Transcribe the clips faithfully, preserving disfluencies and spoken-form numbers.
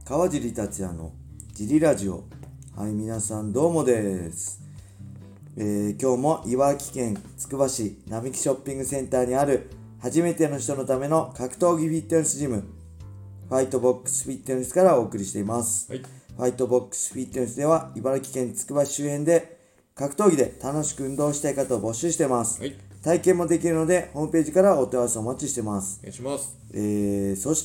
川尻達也のジリラジオ。はい、皆さんどうもです。えー、今日も茨城県つくば市並木ショッピングセンターにある初めての人のための格闘技フィットネスジム、ファイトボックスフィットネスからお送りしています。 はい、 ファイトボックスフィットネスでは茨城県つくば市周辺で格闘技で楽しく運動したい方を募集しています。 はい、 体験もできるのでホームページからお問い合わせお待ちしています。 お願いします。 えー、そして、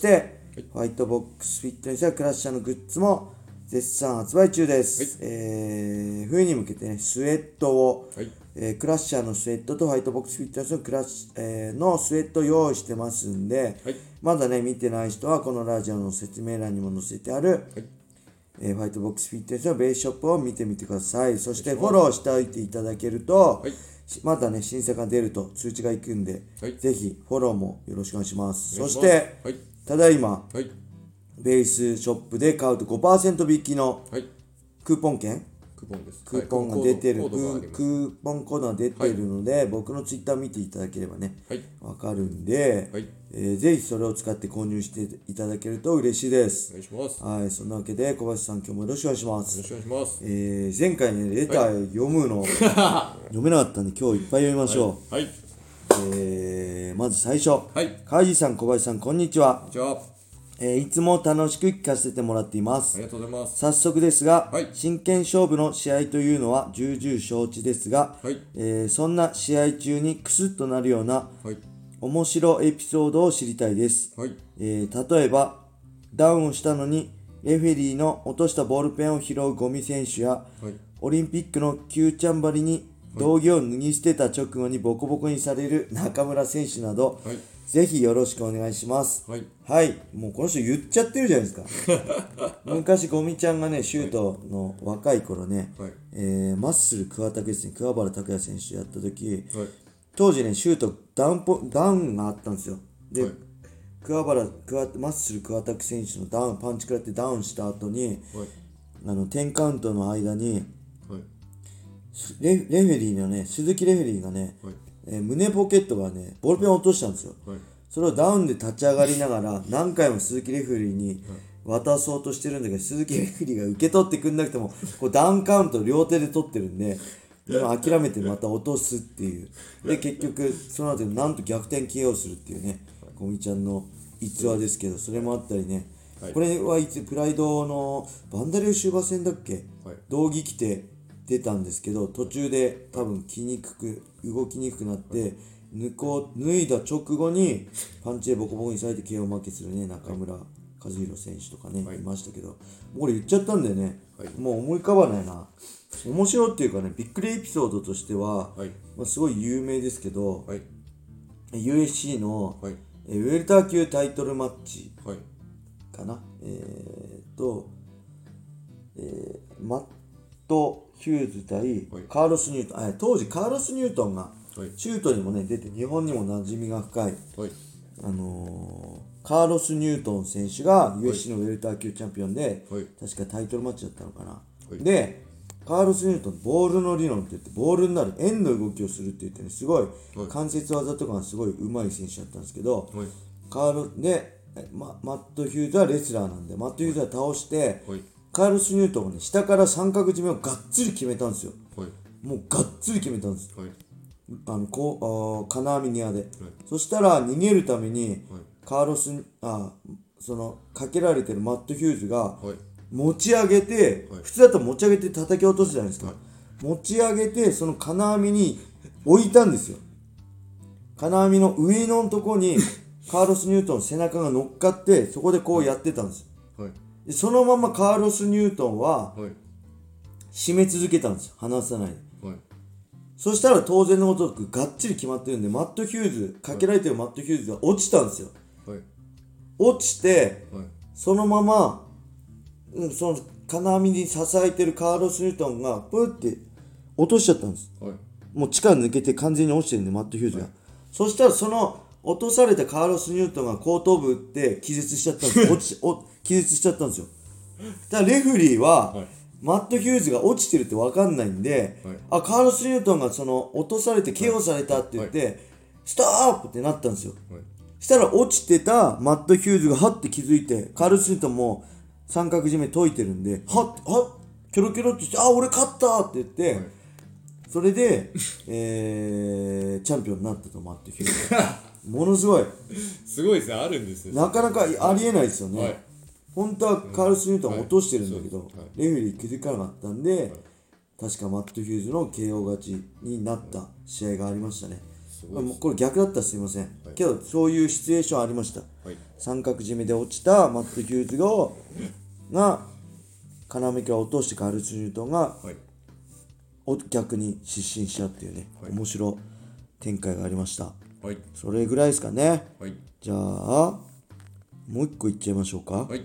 はい、ファイトボックスフィットネスやクラッシャーのグッズも絶賛発売中です。はい、えー、冬に向けてね、スウェットを、はい、えー、クラッシャーのスウェットとファイトボックスフィットネスのクラッシ、えー、のスウェットを用意してますんで、はい、まだね見てない人はこのラジオの説明欄にも載せてある、はい、えー、ファイトボックスフィットネスのベースショップを見てみてください。そしてフォローしておいていただけると、はい、またね新作が出ると通知がいくんで、はい、ぜひフォローもよろしくお願いします。そして、はい、ただいま、はい、ベースショップで買うと ごパーセント 引きのクーポン券、 クーポンです。 クーポンが出てる、 はい、 クーポンコードが出てるので、はい、僕のツイッター見ていただければね、はい、わかるんで、はい、えー、ぜひそれを使って購入していただけると嬉しいです。 お願いします。 はい、そんなわけで小林さん今日もよろしくお願いします。 よろしくお願いします。 えー、前回ねレター読むの、はい、読めなかったんで今日いっぱい読みましょう。はい、はい、えー、まず最初、はい、川地さん小林さんこんにちは。 こんにちは。 えー、いつも楽しく聞かせてもらっています。 ありがとうございます。 早速ですが、はい、真剣勝負の試合というのは重々承知ですが、はい、えー、そんな試合中にクスッとなるような、はい、面白エピソードを知りたいです。はい、えー、例えばダウンをしたのにレフェリーの落としたボールペンを拾うゴミ選手や、はい、オリンピックのキューチャンバリに道着を脱ぎ捨てた直後にボコボコにされる中村選手など、はい、ぜひよろしくお願いします。はい、はい、もうこの人言っちゃってるじゃないですか。昔ゴミちゃんがねシュートの若い頃ね、はい、えー、マッスル桑田ですね、桑原拓也選手やった時、はい、当時ねシュートダウンポダウンがあったんですよ。で、はい、桑原桑マッスル桑田選手のダウンパンチ食らってダウンした後に、はい、あのテンカウントの間に、はい、レ, レフェリーのね鈴木レフェリーがね、はい、えー、胸ポケットがねボールペンを落としたんですよ。はい、それをダウンで立ち上がりながら何回も鈴木レフェリーに渡そうとしてるんだけど、鈴木レフェリーが受け取ってくんなくてもこうダウンカウントを両手で取ってるんで今諦めてまた落とすっていう。で結局その後になんと逆転 ケーオー するっていうね、ゴミちゃんの逸話ですけど、それもあったりね、はい、これはいつプライドのバンダリューシューバ戦だっけ、はい、道着着て出たんですけど途中で多分着にくく動きにくくなって、はい、脱こう脱いだ直後にパンチでボコボコにされて ケーオー 負けするね中村和弘選手とかね、はい、いましたけど、もうこれ言っちゃったんでね、はい、もう思い浮かばないな。面白いっていうかね、びっくりエピソードとしては、はい、まあ、すごい有名ですけど、はい、ユーエフシー の、はい、えウェルター級タイトルマッチかな、はい、えー、っと、えー、マット・ヒューズ対カーロス・ニュートン、はい、当時カーロス・ニュートンがシュートにもね出て日本にも馴染みが深い、はい、あのー、カーロス・ニュートン選手が ユーエフシー のウェルター級チャンピオンで、はい、確かタイトルマッチだったのかな、はい、でカーロス・ニュートンボールの理論って言ってボールになる円の動きをするって言ってね、すごい関節技とかがすごい上手い選手だったんですけど、はい、カーロで、ま、マット・ヒューズはレスラーなんでマット・ヒューズは倒して、はい、カーロス・ニュートンがね下から三角締めをがっつり決めたんですよ。はい、もうがっつり決めたんです。はい、あのこう金網際で、はい、そしたら逃げるために、はい、カーロスあそのかけられてるマット・ヒューズが、はい、持ち上げて、はい、普通だと持ち上げて叩き落とすじゃないですか、はい、持ち上げてその金網に置いたんですよ。金網の上のとこにカーロス・ニュートンの背中が乗っかってそこでこうやってたんですよ。はい、でそのままカーロス・ニュートンは、はい、締め続けたんですよ、離さないで。はい、そしたら当然のごとくがっちり決まってるんでマット・ヒューズかけられてるマット・ヒューズが落ちたんですよ。はい、落ちて、はい、そのままうん、その金網に支えてるカーロス・ニュートンがプーって落としちゃったんです。はい、もう力抜けて完全に落ちてるんでマット・ヒューズが、はい、そしたらその落とされたカーロス・ニュートンが後頭部打って気絶しちゃったんです落ちお気絶しちゃったんですよ。だからレフリーは、はい、マット・ヒューズが落ちてるって分かんないんで、はい、あカーロス・ニュートンがその落とされて ケーオー されたって言って、はいはい、ストップってなったんですよ。はい、したら落ちてたマット・ヒューズがはって気づいてカーロス・ニュートンも三角締め解いてるんで、はっはっキョロキョロってして、あ俺勝ったって言って、はい、それで、えー、チャンピオンになったとマット・ヒューズものすごいすごいですね、あるんですよ。 なかなかありえないですよね、はい、本当はカールス・ニュートン落としてるんだけど、 はいはい、 レフェリー気づかなかったんで、はい、確かマット・ヒューズの ケーオー 勝ちになった試合がありましたね。まあ、これ逆だったらすいません、はい、けどそういうシチュエーションありました、はい、三角締めで落ちたマット・ヒューズが要から落としてカールス・ニュートンが、はい、逆に失神しちゃうっていうね、はい、面白展開がありました、はい、それぐらいですかね、はい、じゃあもう一個いっちゃいましょうか、はい、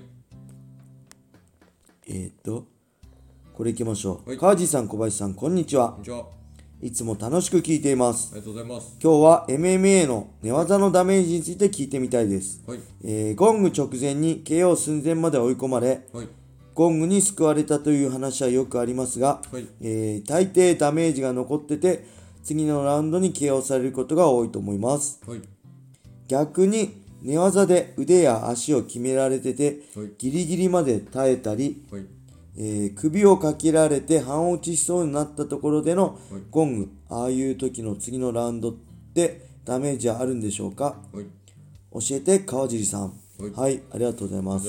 えー、っとこれいきましょう、はい、川地さん小林さんこんにちは。こんにちは。いつも楽しく聞いています。 ありがとうございます。 今日は エムエムエー の寝技のダメージについて聞いてみたいです、はい、えー、ゴング直前に ケーオー 寸前まで追い込まれ、はい、ゴングに救われたという話はよくありますが、はい、えー、大抵ダメージが残ってて次のラウンドに ケーオー されることが多いと思います、はい、逆に寝技で腕や足を決められてて、はい、ギリギリまで耐えたり、はい、えー、首をかけられて半落ちしそうになったところでのゴング、はい、ああいう時の次のラウンドってダメージはあるんでしょうか、はい、教えて川尻さん、はい、はい、ありがとうございます。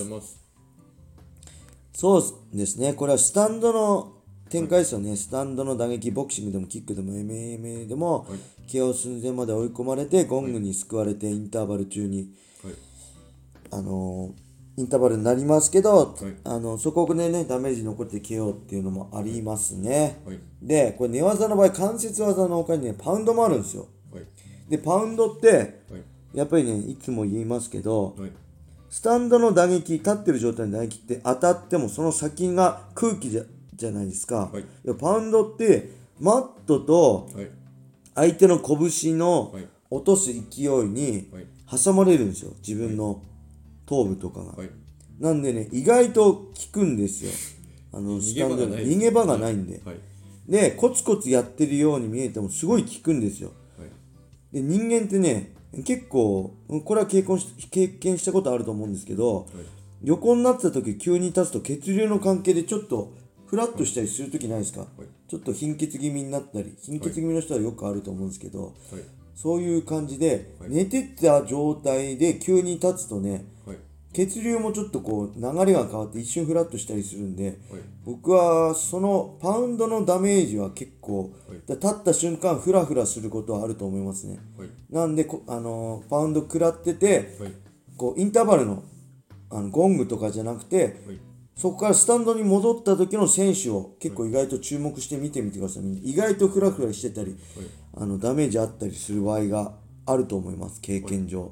そうですね、これはスタンドの展開ですよね、はい、スタンドの打撃、ボクシングでもキックでも エムエムエー でも、はい、ケーオー 寸前まで追い込まれてゴングに救われてインターバル中に、はい、あのーインターバルになりますけど、はい、あのそこでねダメージ残って ケーオー っていうのもありますね、はい、でこれ寝技の場合関節技の他にねパウンドもあるんですよ、はい、でパウンドって、はい、やっぱりねいつも言いますけど、はい、スタンドの打撃、立ってる状態の打撃って当たってもその先が空気じゃ、じゃないですか、はい、パウンドってマットと相手の拳の落とす勢いに挟まれるんですよ、自分の頭部とかが、はい、なんでね意外と効くんですよ、あのスタンドで逃げ場がないんで、はい、でコツコツやってるように見えてもすごい効くんですよ、はい、で人間ってね結構これは経験し経験したことあると思うんですけど、はい、横になってた時急に立つと血流の関係でちょっとフラッとしたりする時ないですか、はい、ちょっと貧血気味になったり貧血気味の人はよくあると思うんですけど、はい、そういう感じで、はい、寝てた状態で急に立つとね、はい、血流もちょっとこう流れが変わって一瞬フラッとしたりするんで、はい、僕はそのパウンドのダメージは結構、はい、立った瞬間フラフラすることはあると思いますね、はい、なんでこ、あのー、パウンド食らってて、はい、こうインターバルの、あのゴングとかじゃなくて、はい、そこからスタンドに戻った時の選手を結構意外と注目して見てみてください、はい、意外とフラフラしてたり、はい、あのダメージあったりする場合があると思います、経験上、はい、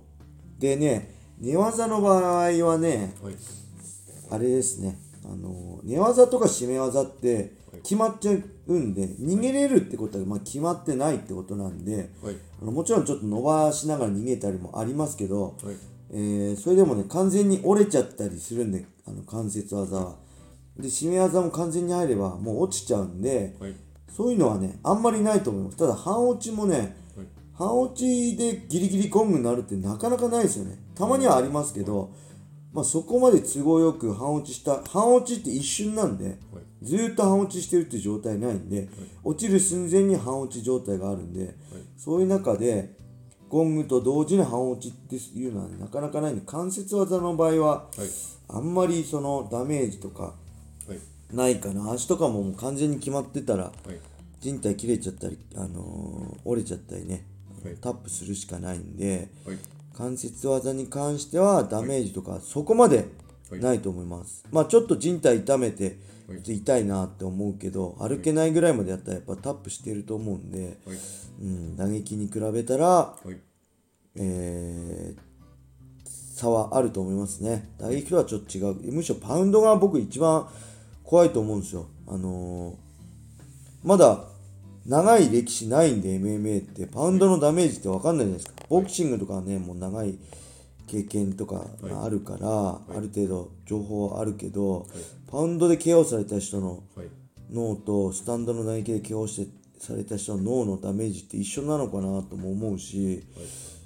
でね寝技の場合はね、はい、あれですね、あの寝技とか締め技って決まっちゃうんで、逃げれるってことはまあ決まってないってことなんで、はい、あのもちろんちょっと伸ばしながら逃げたりもありますけど、はい、えー、それでもね完全に折れちゃったりするんで、あの関節技はで締め技も完全に入ればもう落ちちゃうんで、はい、そういうのはねあんまりないと思います。ただ半落ちもね、半落ちでギリギリゴングになるってなかなかないですよね。たまにはありますけど、まあ、そこまで都合よく半落ちした半落ちって一瞬なんで、ずーっと半落ちしてるって状態ないんで、落ちる寸前に半落ち状態があるんで、そういう中でゴングと同時に半落ちっていうのは、ね、なかなかないんで、関節技の場合はあんまりそのダメージとかないかな。足とかももう完全に決まってたら靭帯切れちゃったり、あのー、折れちゃったりね、タップするしかないんで、はい、関節技に関してはダメージとかそこまでないと思います、はい、まあちょっと靭帯痛めて痛いなって思うけど、歩けないぐらいまでやったらやっぱタップしてると思うんで、はい、うん、打撃に比べたら、はい、えー、差はあると思いますね。打撃とはちょっと違う。むしろパウンドが僕一番怖いと思うんですよ。あのー、まだ長い歴史ないんで エムエムエー ってパウンドのダメージって分かんないじゃないですか。ボクシングとかはねもう長い経験とかがあるから、はい、ある程度情報はあるけど、はい、パウンドで ケーオー された人の脳とスタンドの打撃で ケーオー してされた人の脳のダメージって一緒なのかなとも思うし、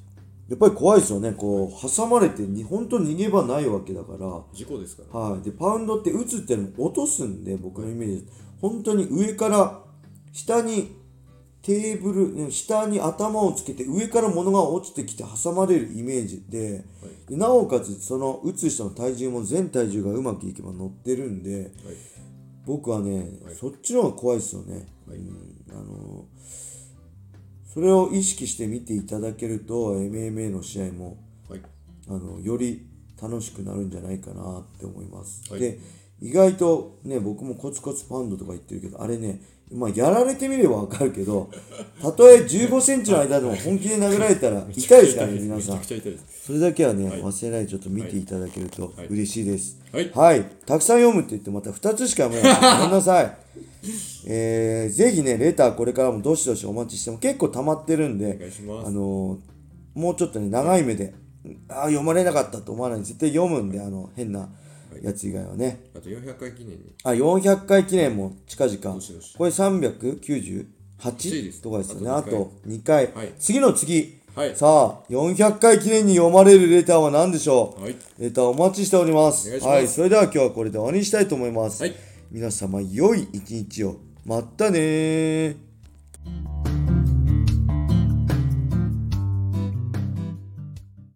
やっぱり怖いですよね。こう挟まれてに本当に逃げ場ないわけだから。 事故ですから、 はい。でパウンドって打つってのも落とすんで、僕のイメージ、はい、本当に上から下にテーブル下に頭をつけて上から物が落ちてきて挟まれるイメージで、はい、でなおかつその打つ人の体重も全体重がうまくいけば乗ってるんで、はい、僕はね、はい、そっちの方が怖いですよね。はい、うん、あのそれを意識して見ていただけると エムエムエー の試合も、はい、あのより楽しくなるんじゃないかなって思います。はい、で意外とね、僕もコツコツパウンドとか言ってるけど、あれね、まあやられてみればわかるけど、たとえじゅうごセンチの間でも本気で殴られたら痛いですからね、皆さん。それだけはね、はい、忘れないでちょっと見ていただけると嬉しいです。はい。はい、たくさん読むって言ってまたふたつしか読めない。ごめんなさい。えー、ぜひね、レターこれからもどしどしお待ちしても結構溜まってるんで、 お願いします。 あのー、もうちょっとね、長い目で、ああ、読まれなかったと思わないで絶対読むんで、あの、変な、やつ以外はね。 あとよんひゃっかい記念に。 あ、よんひゃっかい記念も近々。これさんびゃくきゅうじゅうはちとかですよね。あとにかい。はい、次の次。はい、さあ、よんひゃっかい記念に読まれるレターは何でしょう。はい、レターお待ちしております。 お願いします。はい、 それでは今日はこれで終わりにしたいと思います。はい、皆様、良い一日を。またねー。